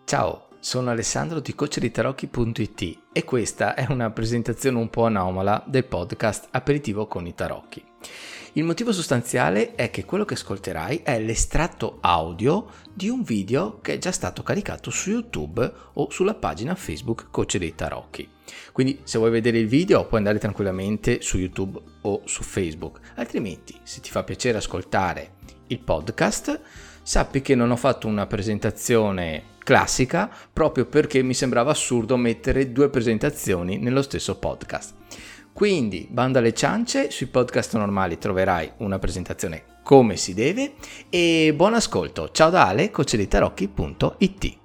Ciao, sono Alessandro di coachditarocchi.it e questa è una presentazione un po' anomala del podcast Aperitivo con i Tarocchi. Il motivo sostanziale è che quello che ascolterai è l'estratto audio di un video che è già stato caricato su YouTube o sulla pagina Facebook Coach dei Tarocchi. Quindi se vuoi vedere il video puoi andare tranquillamente su YouTube o su Facebook, altrimenti se ti fa piacere ascoltare il podcast sappi che non ho fatto una presentazione classica proprio perché mi sembrava assurdo mettere due presentazioni nello stesso podcast. Quindi banda alle ciance, sui podcast normali troverai una presentazione come si deve e buon ascolto. Ciao da Ale, coachditarocchi.it.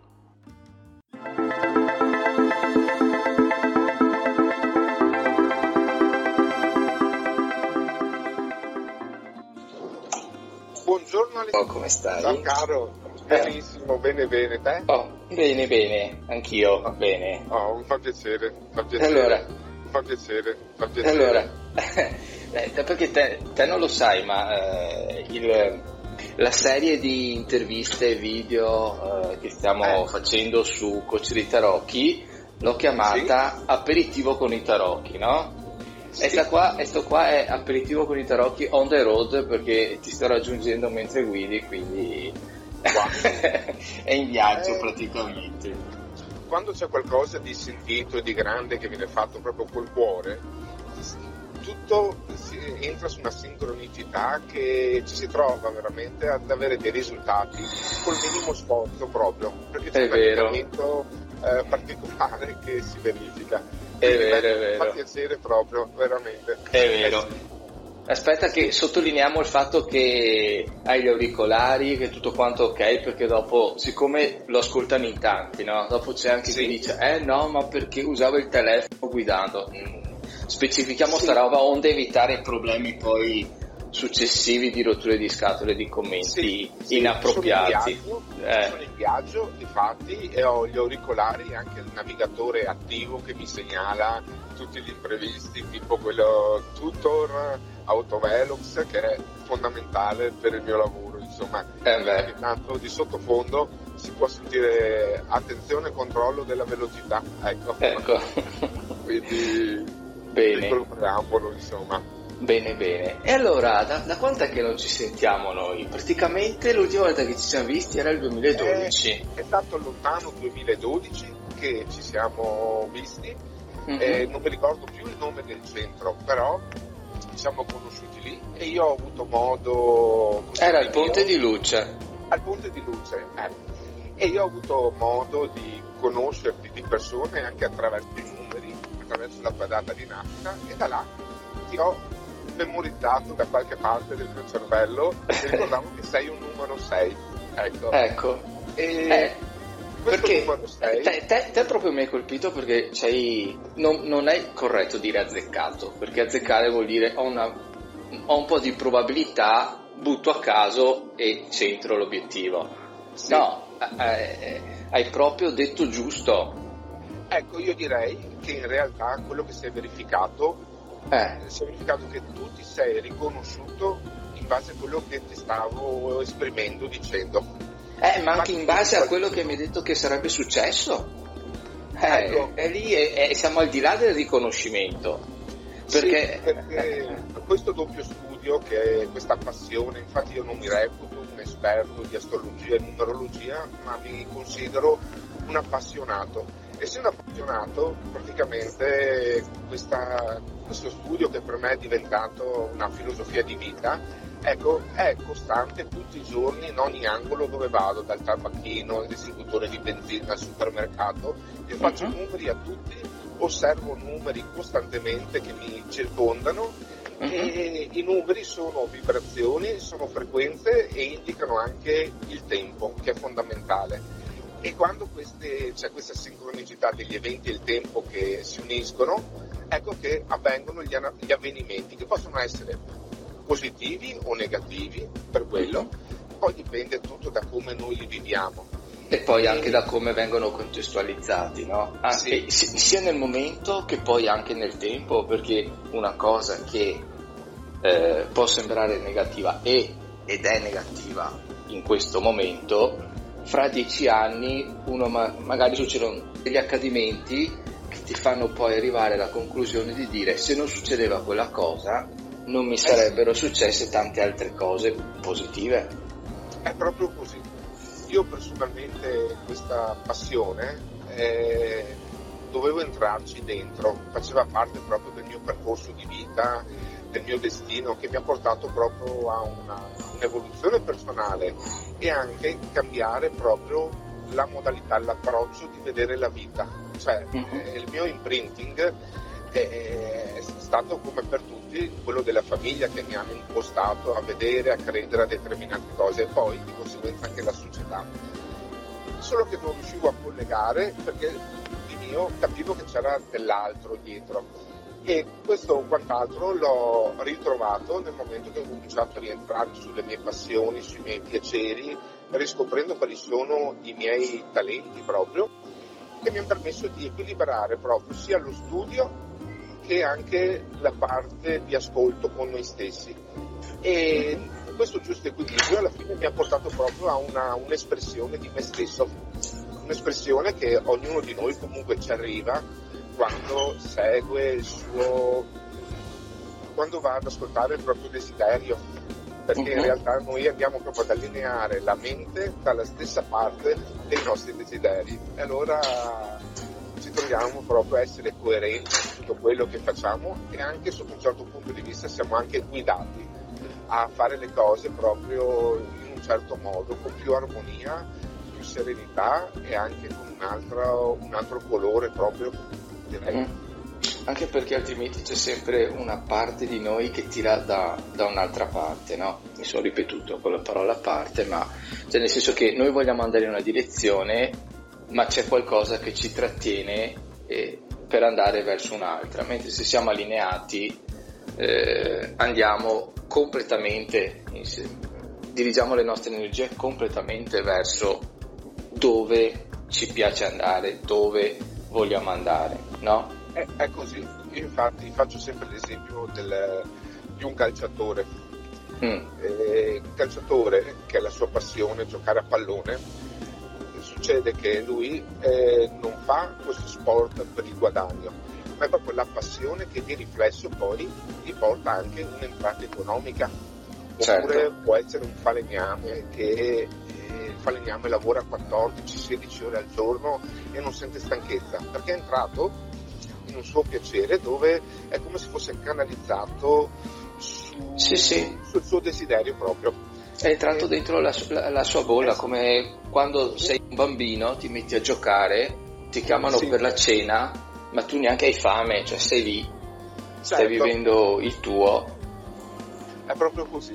Buongiorno Alessandro. Come stai? Ciao caro, benissimo, bene, te? Bene, anch'io, bene. Mi fa piacere. Allora, Mi fa piacere. perché te non lo sai, ma la serie di interviste e video che stiamo facendo su Coach dei Tarocchi l'ho chiamata Aperitivo con i Tarocchi, no? Sì. E sto qua è Aperitivo con i Tarocchi on the road, perché ti sto raggiungendo mentre guidi, quindi è in viaggio praticamente. Quando c'è qualcosa di sentito e di grande che viene fatto proprio col cuore, tutto entra su una sincronicità che ci si trova veramente ad avere dei risultati col minimo sforzo proprio, perché c'è un allineamento particolare che si verifica. È vero. Fa piacere proprio, veramente. È vero. Aspetta che sottolineiamo il fatto che hai gli auricolari, che tutto quanto ok, perché dopo, siccome lo ascoltano in tanti, no? Dopo c'è anche chi dice, no, ma perché usavo il telefono guidando? Specifichiamo sta roba onde evitare problemi poi successivi di rotture di scatole, di commenti inappropriati. Sono in viaggio, difatti, e ho gli auricolari e anche il navigatore attivo che mi segnala tutti gli imprevisti, tipo quello Tutor Autovelox, che è fondamentale per il mio lavoro, insomma. Ogni tanto di sottofondo si può sentire attenzione, controllo della velocità, ecco. Quindi piccolo preambolo, insomma. Bene. E allora, da quant'è che non ci sentiamo noi? Praticamente l'ultima volta che ci siamo visti era il 2012. È stato lontano 2012 che ci siamo visti, non mi ricordo più il nome del centro, però ci siamo conosciuti lì e io ho avuto modo... Era il Ponte di Luce. Al Ponte di Luce, E io ho avuto modo di conoscerti di persone anche attraverso i numeri, attraverso la tua data di nascita, e da là ti ho memorizzato da qualche parte del mio cervello e ricordavo che sei un numero 6. Ecco. E perché numero 6... te proprio mi hai colpito, perché non è corretto dire azzeccato, perché azzeccare vuol dire ho un po' di probabilità, butto a caso e centro l'obiettivo. Sì. No, hai proprio detto giusto. Ecco, io direi che in realtà quello che si è verificato si è verificato che tu ti sei riconosciuto in base a quello che ti stavo esprimendo, dicendo. Ma anche in base a quello che mi hai detto che sarebbe successo. È lì, siamo al di là del riconoscimento. Perché questo doppio studio, che è questa passione, infatti io non mi reputo un esperto di astrologia e numerologia, ma mi considero un appassionato. E se un appassionato, praticamente questo studio, che per me è diventato una filosofia di vita, ecco, è costante tutti i giorni, in ogni angolo dove vado, dal tabacchino al distributore di benzina al supermercato, io faccio numeri a tutti, osservo numeri costantemente che mi circondano, e i numeri sono vibrazioni, sono frequenze e indicano anche il tempo, che è fondamentale. E quando c'è questa sincronicità degli eventi e il tempo che si uniscono, ecco che avvengono gli avvenimenti, che possono essere positivi o negativi, per quello, poi dipende tutto da come noi li viviamo. E poi anche da come vengono contestualizzati, no? Sia nel momento che poi anche nel tempo, perché una cosa che può sembrare negativa ed è negativa in questo momento fra 10 anni magari succedono degli accadimenti che ti fanno poi arrivare alla conclusione di dire: se non succedeva quella cosa non mi sarebbero successe tante altre cose positive. È proprio così. Io personalmente questa passione dovevo entrarci dentro, faceva parte proprio del mio percorso di vita, del mio destino, che mi ha portato proprio a un'evoluzione personale e anche cambiare proprio la modalità, l'approccio di vedere la vita. Cioè il mio imprinting è stato, come per tutti, quello della famiglia, che mi hanno impostato a vedere, a credere a determinate cose, e poi di conseguenza anche la società. Solo che non riuscivo a collegare, perché io capivo che c'era dell'altro dietro, e questo quant'altro l'ho ritrovato nel momento che ho cominciato a rientrare sulle mie passioni, sui miei piaceri, riscoprendo quali sono i miei talenti proprio, che mi hanno permesso di equilibrare proprio sia lo studio che anche la parte di ascolto con noi stessi. E questo giusto equilibrio alla fine mi ha portato proprio a un'espressione di me stesso, un'espressione che ognuno di noi comunque ci arriva quando segue il suo, quando va ad ascoltare il proprio desiderio, perché in realtà noi andiamo proprio ad allineare la mente dalla stessa parte dei nostri desideri, e allora ci troviamo proprio a essere coerenti in tutto quello che facciamo, e anche sotto un certo punto di vista siamo anche guidati a fare le cose proprio in un certo modo, con più armonia, più serenità e anche con un altro colore proprio, direi. Anche perché altrimenti c'è sempre una parte di noi che tira da un'altra parte, no? Mi sono ripetuto con la parola parte, ma cioè nel senso che noi vogliamo andare in una direzione, ma c'è qualcosa che ci trattiene per andare verso un'altra, mentre se siamo allineati andiamo completamente, dirigiamo le nostre energie completamente verso dove ci piace andare, dove vogliamo andare, no? È così. Io infatti faccio sempre l'esempio di un calciatore. Il calciatore, che è la sua passione, giocare a pallone, succede che lui non fa questo sport per il guadagno, ma è proprio la passione che di riflesso poi gli porta anche un'entrata economica. Oppure Certo. può essere un falegname che il falegname lavora 14-16 ore al giorno e non sente stanchezza, perché è entrato in un suo piacere dove è come se fosse canalizzato sul suo desiderio proprio. È entrato dentro la sua bolla, come quando sei un bambino, ti metti a giocare, ti chiamano per la cena, ma tu neanche hai fame, cioè sei lì, stai vivendo il tuo. È proprio così.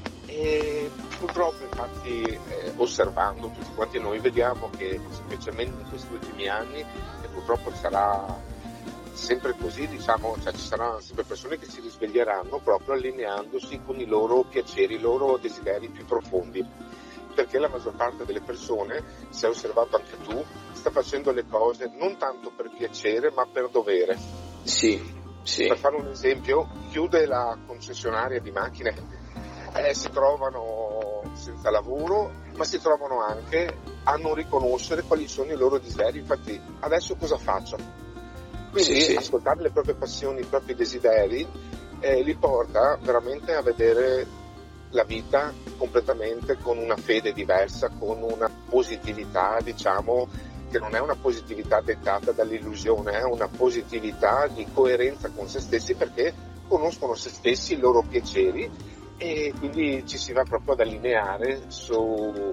E purtroppo, infatti, osservando tutti quanti noi, vediamo che specialmente in questi ultimi anni, e purtroppo sarà sempre così, diciamo, cioè ci saranno sempre persone che si risveglieranno proprio allineandosi con i loro piaceri, i loro desideri più profondi, perché la maggior parte delle persone, se hai osservato anche tu, sta facendo le cose non tanto per piacere ma per dovere. Sì. Per fare un esempio, chiude la concessionaria di macchine, si trovano senza lavoro, ma si trovano anche a non riconoscere quali sono i loro desideri. Infatti, adesso cosa faccio? Quindi ascoltare le proprie passioni, i propri desideri li porta veramente a vedere la vita completamente con una fede diversa, con una positività, diciamo, che non è una positività dettata dall'illusione, è una positività di coerenza con se stessi, perché conoscono se stessi, i loro piaceri, e quindi ci si va proprio ad allineare su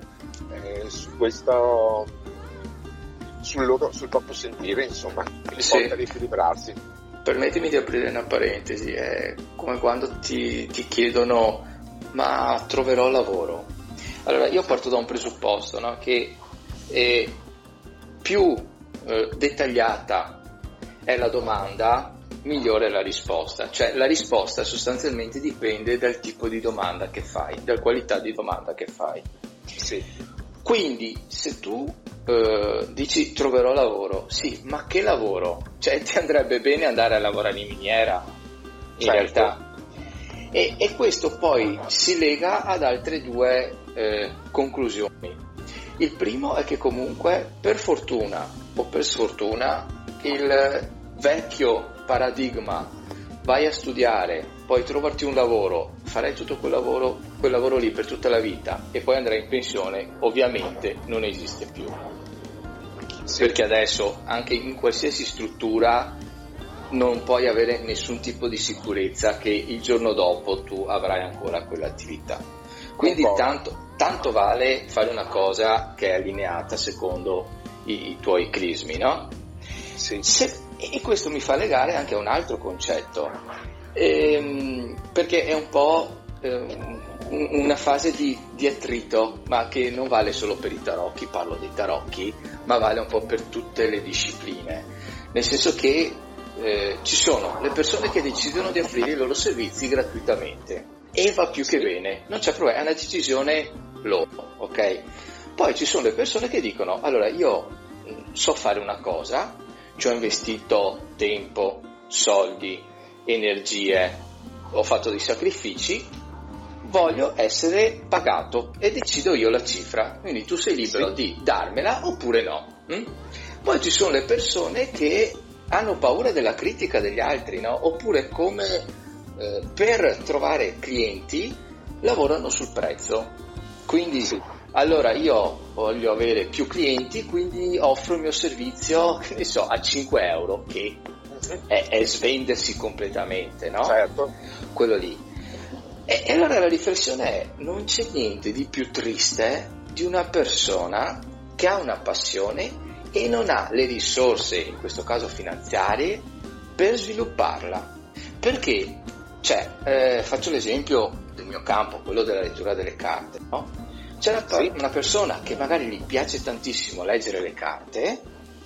questo, sul proprio sentire, insomma, che li porta ad equilibrarsi. Permettimi di aprire una parentesi, è come quando ti chiedono: ma troverò lavoro? Allora, io parto da un presupposto, no? Che più dettagliata è la domanda, migliore è la risposta. Cioè la risposta sostanzialmente dipende dal tipo di domanda che fai, dalla qualità di domanda che fai. Sì. Quindi se tu dici troverò lavoro, sì, ma che lavoro? Cioè ti andrebbe bene andare a lavorare in miniera, in realtà. E questo poi si lega ad altre due conclusioni. Il primo è che comunque, per fortuna o per sfortuna, il vecchio paradigma vai a studiare, poi trovarti un lavoro, farai tutto quel lavoro lì per tutta la vita e poi andrai in pensione, ovviamente non esiste più. Perché adesso anche in qualsiasi struttura non puoi avere nessun tipo di sicurezza che il giorno dopo tu avrai ancora quell'attività. Quindi tanto vale fare una cosa che è allineata secondo i tuoi crismi, no? Sì. E questo mi fa legare anche a un altro concetto, perché è un po' una fase di attrito, ma che non vale solo per i tarocchi, parlo dei tarocchi, ma vale un po' per tutte le discipline, nel senso che ci sono le persone che decidono di offrire i loro servizi gratuitamente e va più che bene, non c'è problema, è una decisione loro, ok? Poi ci sono le persone che dicono: allora io so fare una cosa, ci ho investito tempo, soldi, energie, ho fatto dei sacrifici, voglio essere pagato e decido io la cifra, quindi tu sei libero di darmela oppure no. Poi ci sono le persone che hanno paura della critica degli altri, no? Oppure come per trovare clienti lavorano sul prezzo, quindi allora io voglio avere più clienti, quindi offro il mio servizio, che ne so, a 5 euro, che è svendersi completamente, no? Certo. Quello lì. E allora la riflessione è: non c'è niente di più triste di una persona che ha una passione e non ha le risorse, in questo caso finanziarie, per svilupparla. Perché, faccio l'esempio del mio campo, quello della lettura delle carte, no? C'è una persona che magari gli piace tantissimo leggere le carte,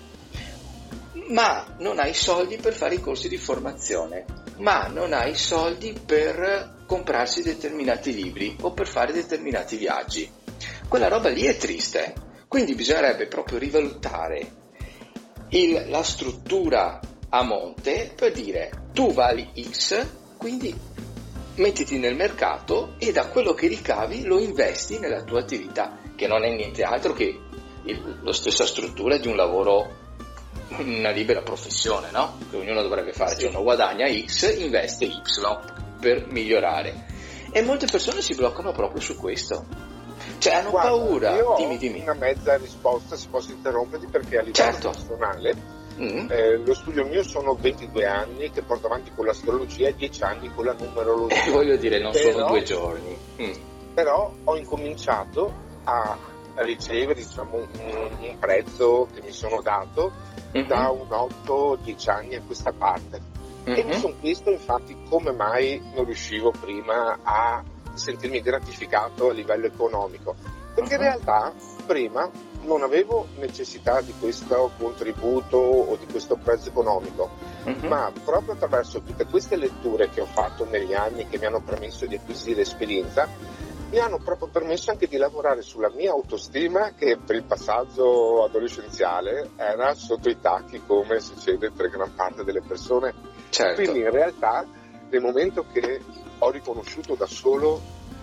ma non ha i soldi per fare i corsi di formazione, ma non ha i soldi per comprarsi determinati libri o per fare determinati viaggi. Quella roba lì è triste, quindi bisognerebbe proprio rivalutare la struttura a monte per dire: tu vali X, quindi mettiti nel mercato e da quello che ricavi lo investi nella tua attività, che non è niente altro che la stessa struttura di un lavoro, una libera professione, no? Che ognuno dovrebbe fare, cioè uno guadagna X, investe Y per migliorare. E molte persone si bloccano proprio su questo, cioè hanno paura. Io Dimmi. ho una mezza risposta, se posso interromperti, perché a livello personale lo studio mio sono 22 anni che porto avanti con l'astrologia e 10 anni con la numerologia. Voglio dire, non sono 2 giorni. Però ho incominciato a ricevere, diciamo, un prezzo che mi sono dato da un 8-10 anni a questa parte. E mi sono chiesto infatti come mai non riuscivo prima a sentirmi gratificato a livello economico, perché in realtà prima non avevo necessità di questo contributo o di questo prezzo economico, ma proprio attraverso tutte queste letture che ho fatto negli anni, che mi hanno permesso di acquisire esperienza, mi hanno proprio permesso anche di lavorare sulla mia autostima, che per il passaggio adolescenziale era sotto i tacchi, come succede per gran parte delle persone. Certo. Quindi in realtà nel momento che ho riconosciuto da solo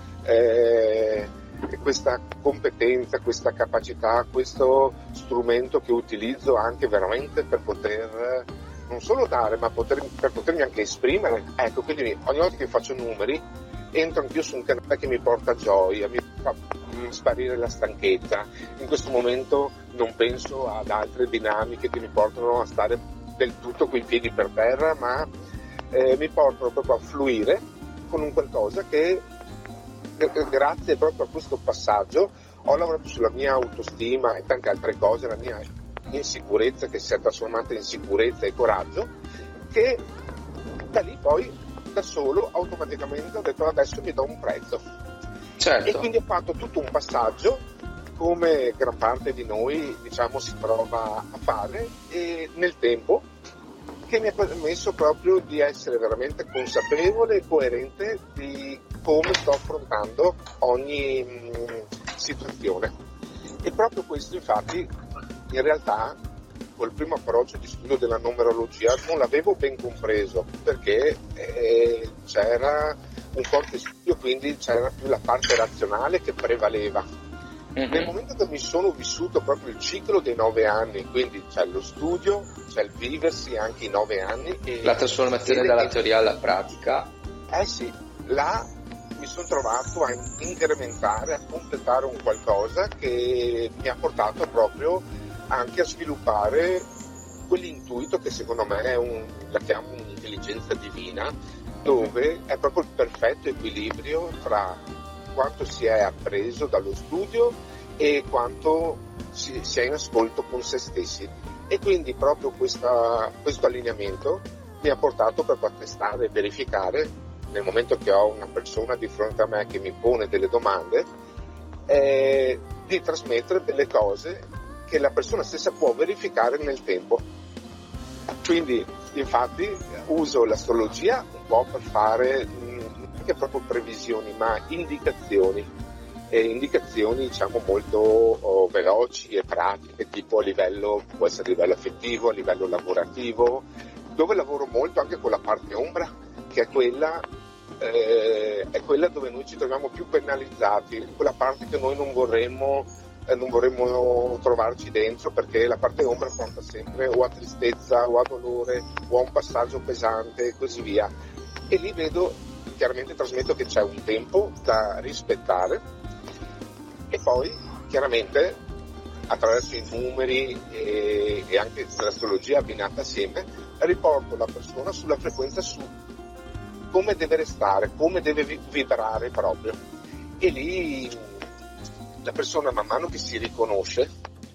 questa competenza, questa capacità, questo strumento che utilizzo anche veramente per poter non solo dare, ma per potermi anche esprimere, ecco, quindi ogni volta che faccio numeri entro anch'io su un canale che mi porta gioia, mi fa sparire la stanchezza. In questo momento non penso ad altre dinamiche che mi portano a stare del tutto coi piedi per terra, ma mi portano proprio a fluire con un qualcosa che, grazie proprio a questo passaggio, ho lavorato sulla mia autostima e tante altre cose, la mia insicurezza che si è trasformata in sicurezza e coraggio, che da lì poi da solo automaticamente ho detto: adesso mi do un prezzo. Certo. E quindi ho fatto tutto un passaggio, come gran parte di noi, diciamo, si prova a fare, e nel tempo, che mi ha permesso proprio di essere veramente consapevole e coerente di come sto affrontando ogni situazione. E proprio questo, infatti, in realtà col primo approccio di studio della numerologia non l'avevo ben compreso, perché c'era un forte studio, quindi c'era più la parte razionale che prevaleva. Nel momento che mi sono vissuto proprio il ciclo dei 9 anni, quindi c'è lo studio, c'è il viversi anche i 9 anni. E la trasformazione dalla teoria alla pratica. Sì, là mi sono trovato a incrementare, a completare un qualcosa che mi ha portato proprio anche a sviluppare quell'intuito che secondo me è la chiamo un'intelligenza divina, dove è proprio il perfetto equilibrio tra quanto si è appreso dallo studio e quanto si è in ascolto con se stessi. E quindi proprio questo allineamento mi ha portato proprio a testare e verificare, nel momento che ho una persona di fronte a me che mi pone delle domande, di trasmettere delle cose che la persona stessa può verificare nel tempo. Quindi infatti uso l'astrologia un po' per fare che proprio previsioni, ma indicazioni diciamo molto veloci e pratiche, tipo può essere a livello affettivo, a livello lavorativo, dove lavoro molto anche con la parte ombra, che è quella dove noi ci troviamo più penalizzati, quella parte che noi non vorremmo trovarci dentro, perché la parte ombra porta sempre o a tristezza o a dolore o a un passaggio pesante e così via. E lì chiaramente trasmetto che c'è un tempo da rispettare, e poi chiaramente attraverso i numeri e anche l'astrologia abbinata assieme riporto la persona sulla frequenza, su come deve restare, come deve vibrare proprio. E lì la persona, man mano che si riconosce,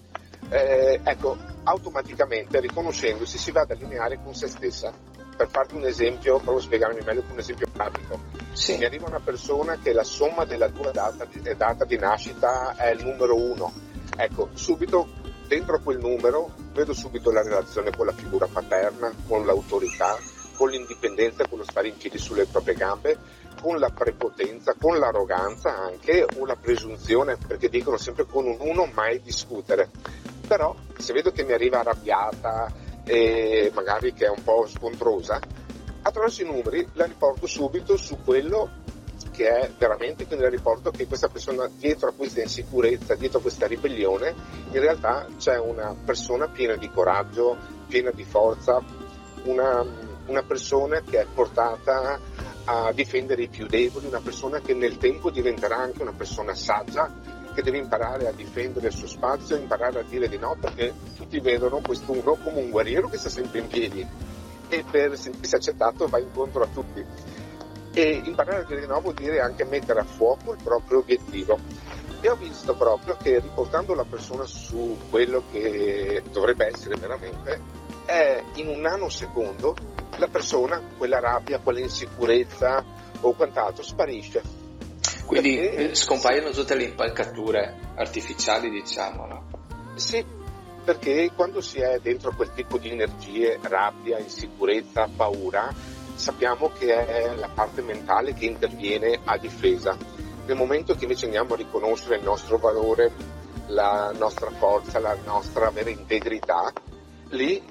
automaticamente riconoscendosi si va ad allineare con se stessa. Per farti un esempio, provo a spiegarmi meglio con un esempio pratico. Sì. Mi arriva una persona che la somma della tua data di nascita è il numero 1. Ecco, subito dentro quel numero vedo subito la relazione con la figura paterna, con l'autorità, con l'indipendenza, con lo stare in piedi sulle proprie gambe, con la prepotenza, con l'arroganza anche, o la presunzione, perché dicono sempre con un 1 mai discutere. Però se vedo che mi arriva arrabbiata e magari che è un po' scontrosa, attraverso i numeri la riporto subito su quello che è veramente, quindi la riporto che questa persona, dietro a questa insicurezza, dietro a questa ribellione, in realtà c'è una persona piena di coraggio, piena di forza, una persona che è portata a difendere i più deboli, una persona che nel tempo diventerà anche una persona saggia, che deve imparare a difendere il suo spazio, imparare a dire di no, perché tutti vedono questo uno come un guerriero che sta sempre in piedi e per sentirsi accettato va incontro a tutti. E imparare a dire di no vuol dire anche mettere a fuoco il proprio obiettivo. E ho visto proprio che riportando la persona su quello che dovrebbe essere veramente, in un nanosecondo la persona, quella rabbia, quella insicurezza o quant'altro sparisce. Quindi scompaiono tutte le impalcature artificiali, diciamo, no? Sì, perché quando si è dentro quel tipo di energie, rabbia, insicurezza, paura, sappiamo che è la parte mentale che interviene a difesa. Nel momento che invece andiamo a riconoscere il nostro valore, la nostra forza, la nostra vera integrità, lì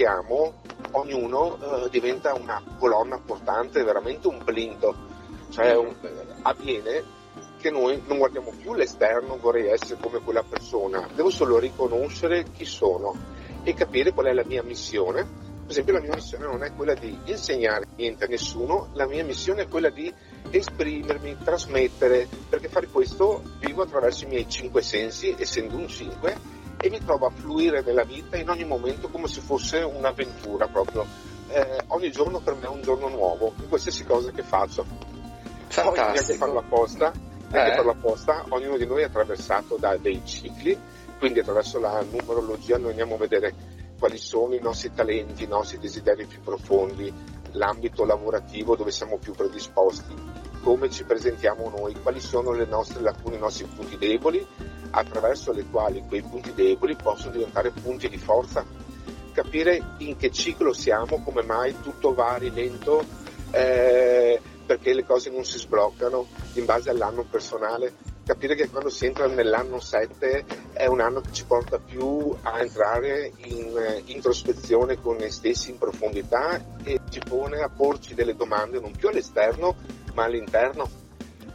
ognuno diventa una colonna portante, veramente un plinto. Cioè avviene che noi non guardiamo più l'esterno, vorrei essere come quella persona, devo solo riconoscere chi sono e capire qual è la mia missione. Per esempio la mia missione non è quella di insegnare niente a nessuno, la mia missione è quella di esprimermi, trasmettere, perché fare questo vivo attraverso i miei 5 sensi, essendo un 5, e mi trovo a fluire nella vita in ogni momento come se fosse un'avventura proprio. Ogni giorno per me è un giorno nuovo, in qualsiasi cosa che faccio. Poi neanche farlo apposta, ognuno di noi è attraversato da dei cicli, quindi attraverso la numerologia noi andiamo a vedere quali sono i nostri talenti, i nostri desideri più profondi, l'ambito lavorativo dove siamo più predisposti, come ci presentiamo noi, quali sono le nostre lacune, i nostri punti deboli, attraverso le quali quei punti deboli possono diventare punti di forza, capire in che ciclo siamo, come mai tutto va a rilento, perché le cose non si sbloccano in base all'anno personale, capire che quando si entra nell'anno 7 è un anno che ci porta più a entrare in introspezione con noi stessi in profondità e ci pone a porci delle domande non più all'esterno ma all'interno,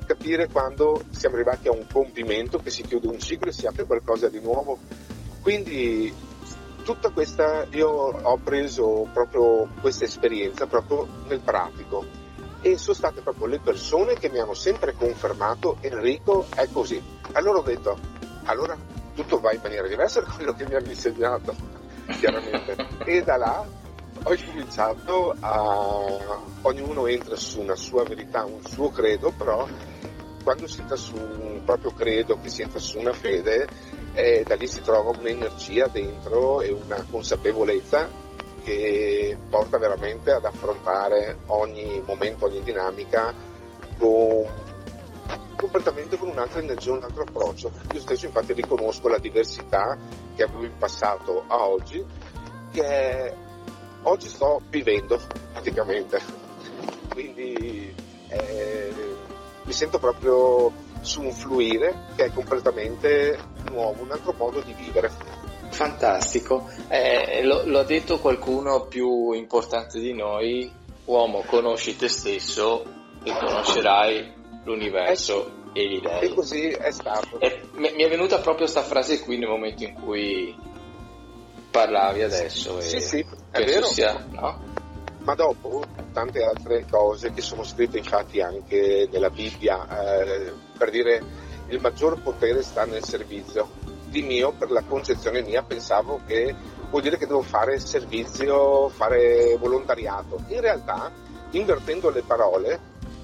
capire quando siamo arrivati a un compimento, che si chiude un ciclo e si apre qualcosa di nuovo. Quindi tutta questa, io ho preso proprio questa esperienza proprio nel pratico, e sono state proprio le persone che mi hanno sempre confermato: Enrico, è così. Allora ho detto, allora tutto va in maniera diversa da quello che mi hanno insegnato, chiaramente. E da là ho cominciato ognuno entra su una sua verità, un suo credo, però quando si entra su un proprio credo, che si entra su una fede, da lì si trova un'energia dentro e una consapevolezza che porta veramente ad affrontare ogni momento, ogni dinamica completamente con un'altra energia, un altro approccio. Io stesso infatti riconosco la diversità che avevo in passato a oggi, che oggi sto vivendo praticamente, quindi mi sento proprio su un fluire che è completamente nuovo, un altro modo di vivere. Fantastico, l'ha detto qualcuno più importante di noi: uomo, conosci te stesso e conoscerai l'universo e gli dei. E così è stato. Mi è venuta proprio sta frase qui nel momento in cui parlavi adesso. Sì, è vero. No? Ma dopo tante altre cose che sono scritte infatti anche nella Bibbia, per dire il maggior potere sta nel servizio. Di mio, per la concezione mia, pensavo che vuol dire che devo fare servizio, fare volontariato. In realtà, invertendo le parole,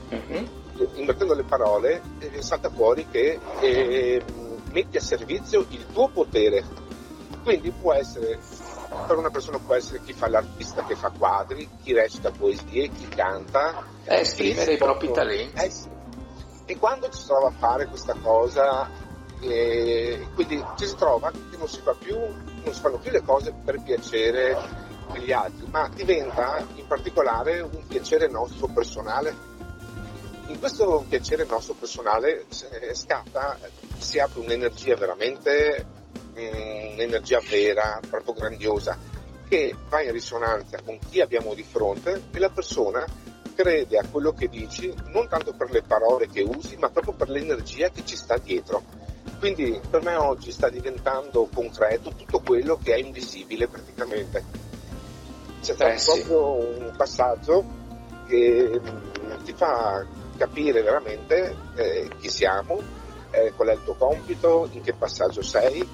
salta fuori che metti a servizio il tuo potere. Quindi può essere, per una persona può essere chi fa l'artista, che fa quadri, chi recita poesie, chi canta. Esprimere i propri talenti. Sì. E quando ci si trova a fare questa cosa, quindi ci si trova che non si fanno più le cose per piacere degli altri, ma diventa in particolare un piacere nostro personale. In questo piacere nostro personale si apre un'energia veramente, un'energia vera, proprio grandiosa, che va in risonanza con chi abbiamo di fronte, e la persona crede a quello che dici, non tanto per le parole che usi, ma proprio per l'energia che ci sta dietro. Quindi per me oggi sta diventando concreto tutto quello che è invisibile praticamente. C'è stato proprio un passaggio che ti fa capire veramente chi siamo, qual è il tuo compito, in che passaggio sei,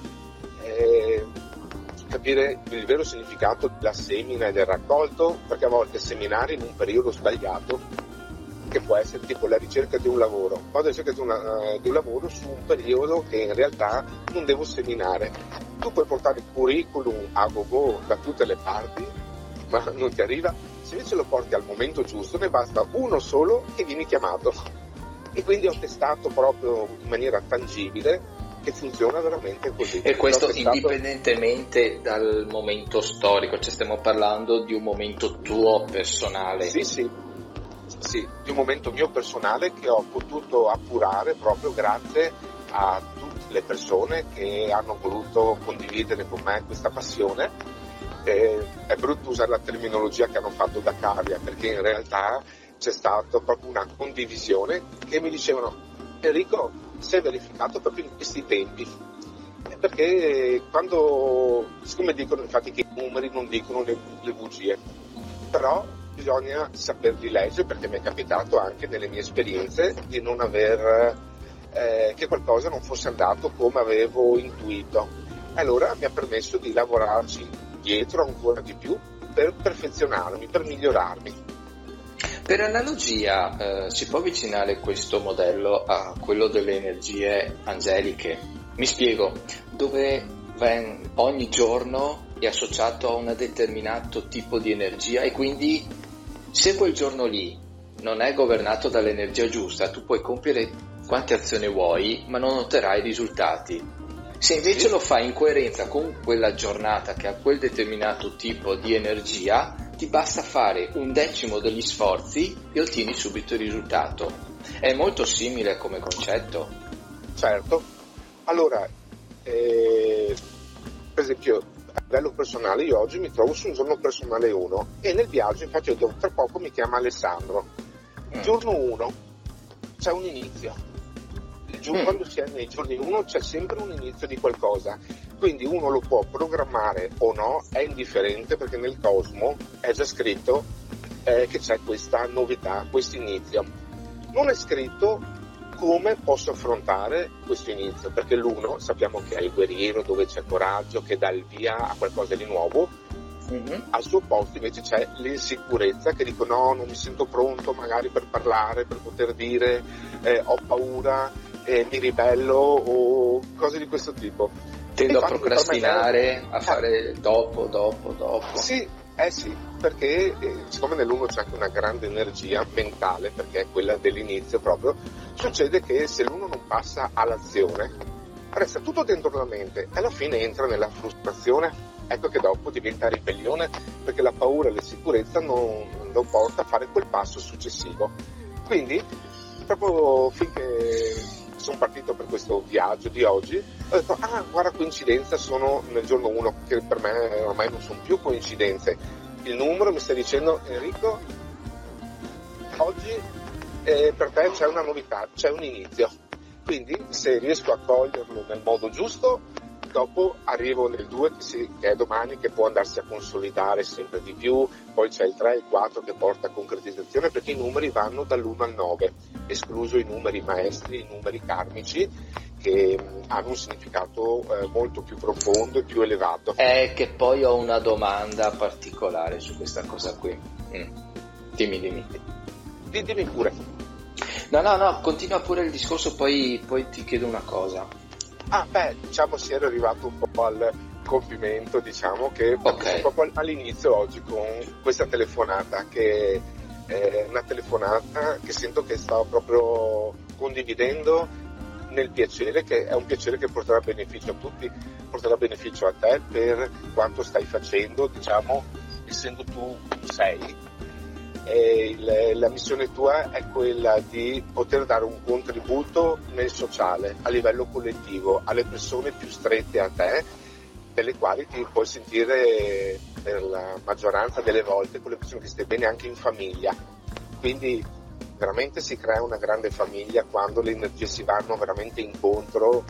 capire il vero significato della semina e del raccolto, perché a volte seminare in un periodo sbagliato, che può essere tipo la ricerca di un lavoro, vado alla ricerca di un lavoro su un periodo che in realtà non devo seminare. Tu puoi portare il curriculum a go-go da tutte le parti, ma non ti arriva. Se invece lo porti al momento giusto, ne basta uno solo che vieni chiamato. E quindi ho testato proprio in maniera tangibile che funziona veramente così. E questo indipendentemente dal momento storico, cioè stiamo parlando di un momento tuo personale. Sì, di un momento mio personale che ho potuto appurare proprio grazie a tutte le persone che hanno voluto condividere con me questa passione. È brutto usare la terminologia che hanno fatto da cavia, perché in realtà c'è stata proprio una condivisione che mi dicevano: Enrico, si è verificato proprio in questi tempi, perché siccome dicono infatti che i numeri non dicono le bugie, però bisogna saperli leggere, perché mi è capitato anche nelle mie esperienze di non aver che qualcosa non fosse andato come avevo intuito. Allora mi ha permesso di lavorarci dietro ancora di più per perfezionarmi, per migliorarmi. Per analogia, si può avvicinare questo modello a quello delle energie angeliche? Mi spiego, dove ogni giorno è associato a un determinato tipo di energia, e quindi se quel giorno lì non è governato dall'energia giusta, tu puoi compiere quante azioni vuoi, ma non otterrai risultati. Se invece lo fai in coerenza con quella giornata che ha quel determinato tipo di energia, ti basta fare 1/10 degli sforzi e ottieni subito il risultato. È molto simile come concetto. Certo. Allora, per esempio, a livello personale, io oggi mi trovo su un giorno personale 1 e nel viaggio, infatti tra poco mi chiama Alessandro. Giorno 1, c'è un inizio. Quando si è nei giorni 1 c'è sempre un inizio di qualcosa, quindi uno lo può programmare o no, è indifferente, perché nel cosmo è già scritto che c'è questa novità, questo inizio. Non è scritto come posso affrontare questo inizio, perché l'uno sappiamo che è il guerriero, dove c'è coraggio, che dà il via a qualcosa di nuovo. Al suo posto invece c'è l'insicurezza, che dico no, non mi sento pronto magari per parlare, per poter dire ho paura, mi ribello o cose di questo tipo. Tendo a procrastinare, a fare dopo. Sì, perché siccome nell'uno c'è anche una grande energia mentale, perché è quella dell'inizio proprio, succede che se l'uno non passa all'azione, resta tutto dentro la mente e alla fine entra nella frustrazione. Ecco che dopo diventa ribellione, perché la paura e l'insicurezza non lo porta a fare quel passo successivo. Quindi, proprio finché sono partito per questo viaggio di oggi, ho detto, guarda, coincidenza, sono nel giorno 1, che per me ormai non sono più coincidenze. Il numero mi sta dicendo, Enrico, oggi per te c'è una novità, c'è un inizio. Quindi, se riesco a coglierlo nel modo giusto, dopo arrivo nel 2 che è domani, che può andarsi a consolidare sempre di più, poi c'è il 3 e il 4 che porta a concretizzazione, perché i numeri vanno dall'1 al 9, escluso i numeri maestri, i numeri karmici, che hanno un significato molto più profondo e più elevato. Che poi ho una domanda particolare su questa cosa qui. Dimmi. Dimmi pure. No, continua pure il discorso, poi ti chiedo una cosa. Diciamo si era arrivato un po' al compimento, diciamo, che proprio all'inizio oggi con questa telefonata, che è una telefonata che sento che stavo proprio condividendo nel piacere, che è un piacere che porterà beneficio a tutti, porterà beneficio a te per quanto stai facendo, diciamo, essendo tu sei. La missione tua è quella di poter dare un contributo nel sociale, a livello collettivo, alle persone più strette a te, delle quali ti puoi sentire per la maggioranza delle volte con le persone che stai bene anche in famiglia. Quindi veramente si crea una grande famiglia quando le energie si vanno veramente incontro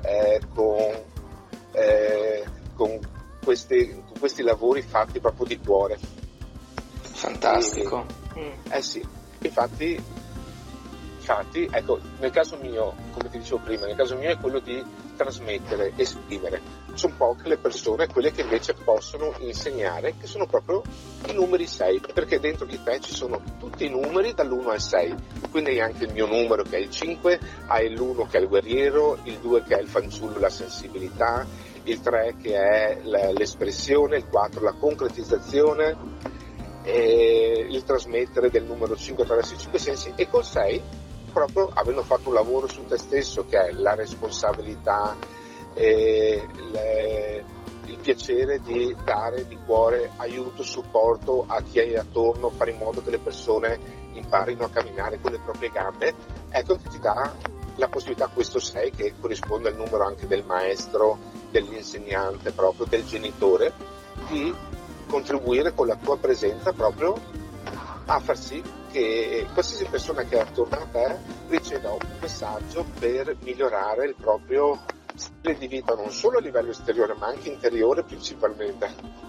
con questi lavori fatti proprio di cuore. Fantastico. Sì, infatti, ecco, nel caso mio, come ti dicevo prima, nel caso mio è quello di trasmettere, esprimere. Sono poche le persone, quelle che invece possono insegnare, che sono proprio i numeri 6, perché dentro di te ci sono tutti i numeri dall'1 al 6, quindi hai anche il mio numero che è il 5, hai l'1 che è il guerriero, il 2 che è il fanciullo, la sensibilità, il 3 che è l'espressione, il 4 la concretizzazione, e il trasmettere del numero 5 attraverso i 5 sensi, e col 6 proprio avendo fatto un lavoro su te stesso, che è la responsabilità, il piacere di dare di cuore aiuto, supporto a chi è attorno, fare in modo che le persone imparino a camminare con le proprie gambe, ecco che ti dà la possibilità, questo 6 che corrisponde al numero anche del maestro, dell'insegnante, proprio del genitore, di contribuire con la tua presenza proprio a far sì che qualsiasi persona che è attorno a te riceva un messaggio per migliorare il proprio stile di vita, non solo a livello esteriore ma anche interiore principalmente.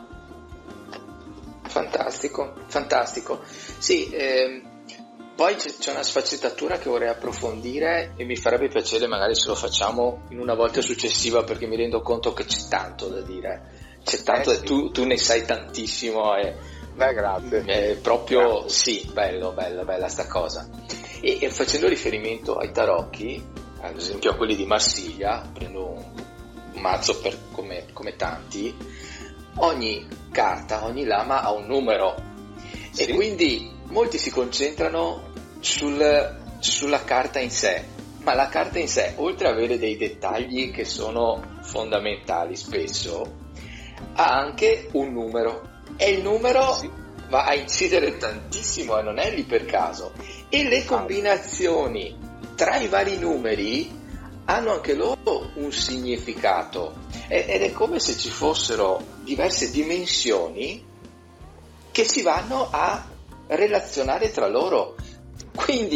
Fantastico. Sì, poi c'è una sfaccettatura che vorrei approfondire e mi farebbe piacere magari se lo facciamo in una volta successiva, perché mi rendo conto che c'è tanto da dire. C'è tanto, sì. tu ne sai tantissimo e grazie. Proprio grazie. Sì, bella sta cosa. E facendo riferimento ai tarocchi, ad esempio a quelli di Marsiglia, prendo un mazzo come tanti, ogni carta, ogni lama ha un numero, sì. E quindi molti si concentrano sulla carta in sé, ma la carta in sé, oltre ad avere dei dettagli che sono fondamentali spesso, ha anche un numero, e il numero sì. Va a incidere tantissimo e non è lì per caso, e le combinazioni tra i vari numeri hanno anche loro un significato, ed è come se ci fossero diverse dimensioni che si vanno a relazionare tra loro. Quindi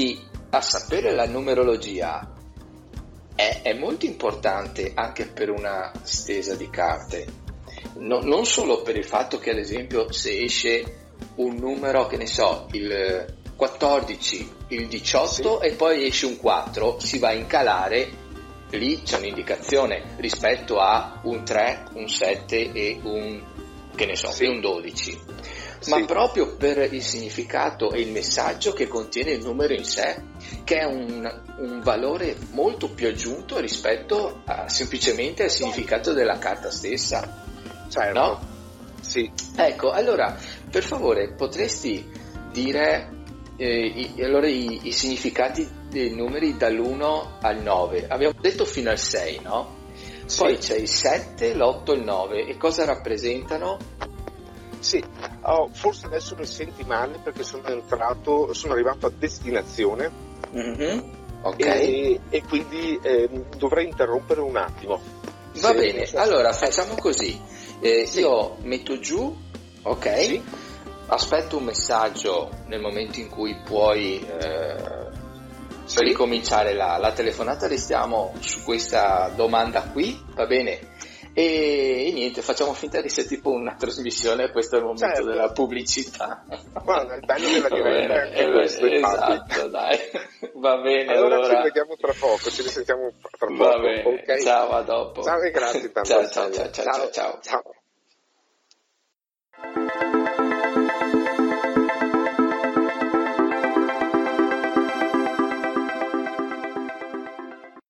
a sapere la numerologia è molto importante anche per una stesa di carte, non solo per il fatto che, ad esempio, se esce un numero, che ne so, il 14, il 18 e poi esce un 4, si va a incalare, lì c'è un'indicazione rispetto a un 3, un 7 e un, che ne so, e un 12, ma proprio per il significato e il messaggio che contiene il numero in sé, che è un valore molto più aggiunto rispetto semplicemente al significato della carta stessa. Certo. No? Sì. Ecco, allora, per favore, potresti dire i significati dei numeri dall'1 al 9? Abbiamo detto fino al 6, no? Poi c'è il 7, l'8 e il 9. E cosa rappresentano? Sì, forse adesso mi senti male perché sono arrivato a destinazione. Mm-hmm. Ok. E quindi dovrei interrompere un attimo. Va bene, allora facciamo così. Io metto giù, ok? Sì. Aspetto un messaggio nel momento in cui puoi ricominciare la telefonata. Restiamo su questa domanda qui, va bene? E niente, facciamo finta di essere tipo una trasmissione. Questo è il momento della pubblicità. Guarda, il bello della diretta è anche questo. Esatto, dai, va bene. Allora ci vediamo tra poco, ci risentiamo tra poco. Va bene, okay? Ciao, a dopo. Ciao e grazie tanto. Ciao. Ciao.